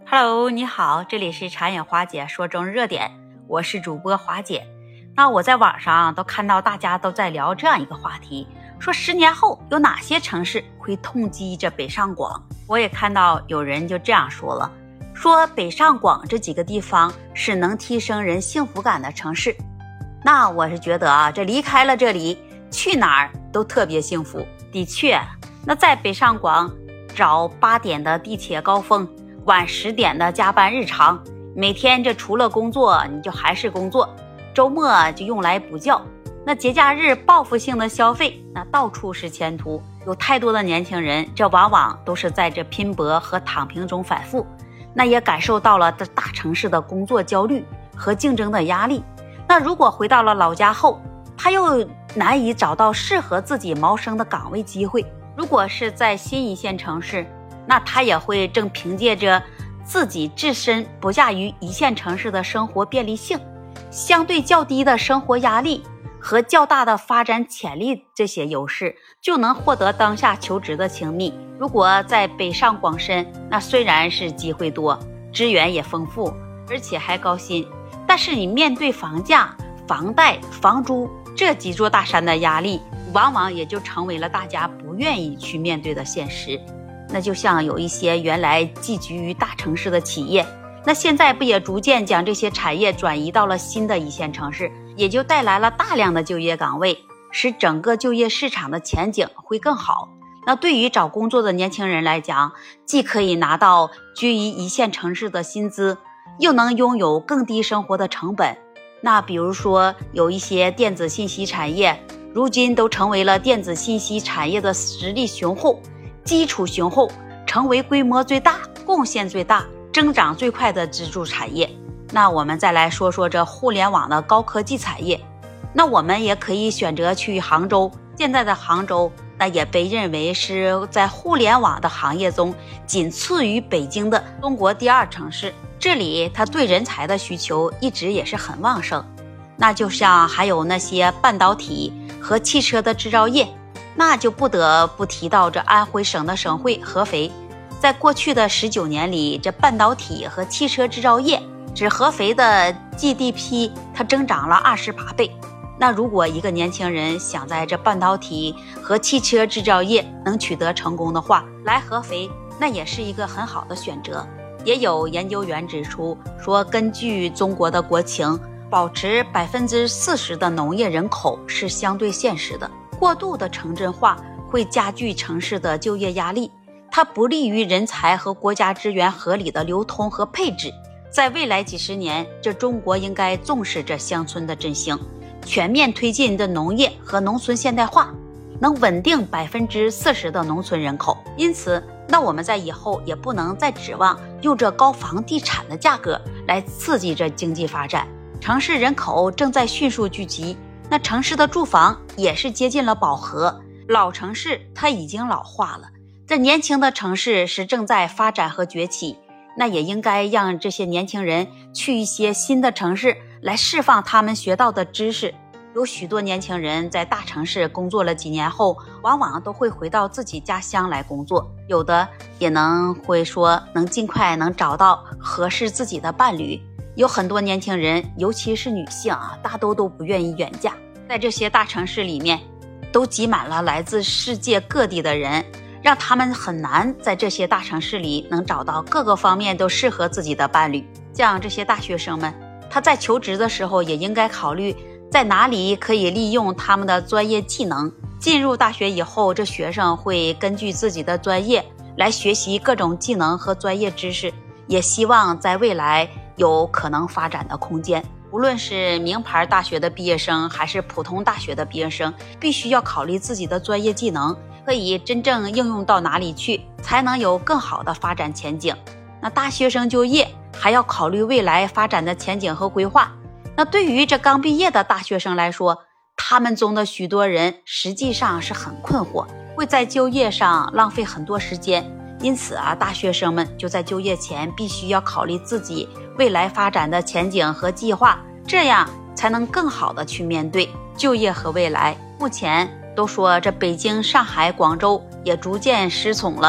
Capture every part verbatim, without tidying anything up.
Hello， 你好，这里是茶饮华姐说中热点，我是主播华姐。那我在网上都看到大家都在聊这样一个话题，说十年后有哪些城市会痛击这北上广。我也看到有人就这样说了，说北上广这几个地方是能提升人幸福感的城市。那我是觉得啊，这离开了这里，去哪儿都特别幸福。的确，那在北上广早八点的地铁高峰，晚十点的加班日常，每天这除了工作你就还是工作，周末就用来补觉。那节假日报复性的消费，那到处是前途。有太多的年轻人，这往往都是在这拼搏和躺平中反复，那也感受到了这大城市的工作焦虑和竞争的压力。那如果回到了老家后，他又难以找到适合自己谋生的岗位机会。如果是在新一线城市，那他也会正凭借着自己自身不亚于一线城市的生活便利性，相对较低的生活压力和较大的发展潜力，这些优势就能获得当下求职的青睐。如果在北上广深，那虽然是机会多，资源也丰富，而且还高薪，但是你面对房价、房贷、房租这几座大山的压力，往往也就成为了大家不愿意去面对的现实。那就像有一些原来寄居于大城市的企业，那现在不也逐渐将这些产业转移到了新的一线城市，也就带来了大量的就业岗位，使整个就业市场的前景会更好。那对于找工作的年轻人来讲，既可以拿到居于一线城市的薪资，又能拥有更低生活的成本。那比如说有一些电子信息产业，如今都成为了电子信息产业的实力雄厚、基础雄厚，成为规模最大、贡献最大、增长最快的支柱产业。那我们再来说说这互联网的高科技产业，那我们也可以选择去杭州。现在的杭州那也被认为是在互联网的行业中仅次于北京的中国第二城市，这里它对人才的需求一直也是很旺盛。那就像还有那些半导体和汽车的制造业，那就不得不提到这安徽省的省会合肥。在过去的十九年里，这半导体和汽车制造业指合肥的 G D P 它增长了二十八倍。那如果一个年轻人想在这半导体和汽车制造业能取得成功的话，来合肥那也是一个很好的选择。也有研究员指出说，根据中国的国情，保持百分之四十的农业人口是相对现实的。过度的城镇化会加剧城市的就业压力，它不利于人才和国家资源合理的流通和配置。在未来几十年，这中国应该重视这乡村的振兴，全面推进的农业和农村现代化，能稳定百分之四十的农村人口。因此，那我们在以后也不能再指望用这高房地产的价格来刺激这经济发展。城市人口正在迅速聚集，那城市的住房也是接近了饱和，老城市它已经老化了，这年轻的城市是正在发展和崛起。那也应该让这些年轻人去一些新的城市来释放他们学到的知识。有许多年轻人在大城市工作了几年后，往往都会回到自己家乡来工作，有的也能会说能尽快能找到合适自己的伴侣。有很多年轻人，尤其是女性啊，大多都不愿意远嫁，在这些大城市里面都挤满了来自世界各地的人，让他们很难在这些大城市里能找到各个方面都适合自己的伴侣。像这些大学生们，他在求职的时候也应该考虑在哪里可以利用他们的专业技能。进入大学以后，这学生会根据自己的专业来学习各种技能和专业知识，也希望在未来有可能发展的空间。无论是名牌大学的毕业生还是普通大学的毕业生，必须要考虑自己的专业技能可以真正应用到哪里去，才能有更好的发展前景。那大学生就业还要考虑未来发展的前景和规划。那对于这刚毕业的大学生来说，他们中的许多人实际上是很困惑，会在就业上浪费很多时间。因此啊，大学生们就在就业前必须要考虑自己未来发展的前景和计划，这样才能更好的去面对就业和未来。目前都说这北京、上海、广州也逐渐失宠了，这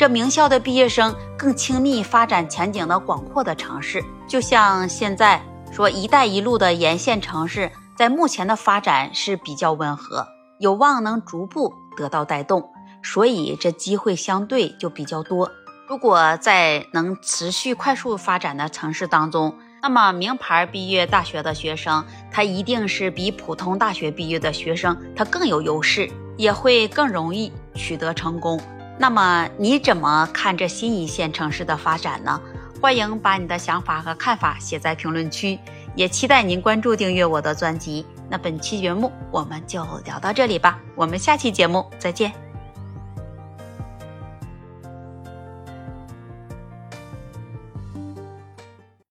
这名校的毕业生更亲密发展前景的广阔的城市。就像现在说一带一路的沿线城市在目前的发展是比较温和，有望能逐步得到带动，所以这机会相对就比较多。如果在能持续快速发展的城市当中，那么名牌毕业大学的学生他一定是比普通大学毕业的学生他更有优势，也会更容易取得成功。那么你怎么看这新一线城市的发展呢？欢迎把你的想法和看法写在评论区，也期待您关注订阅我的专辑。那本期节目我们就聊到这里吧，我们下期节目再见。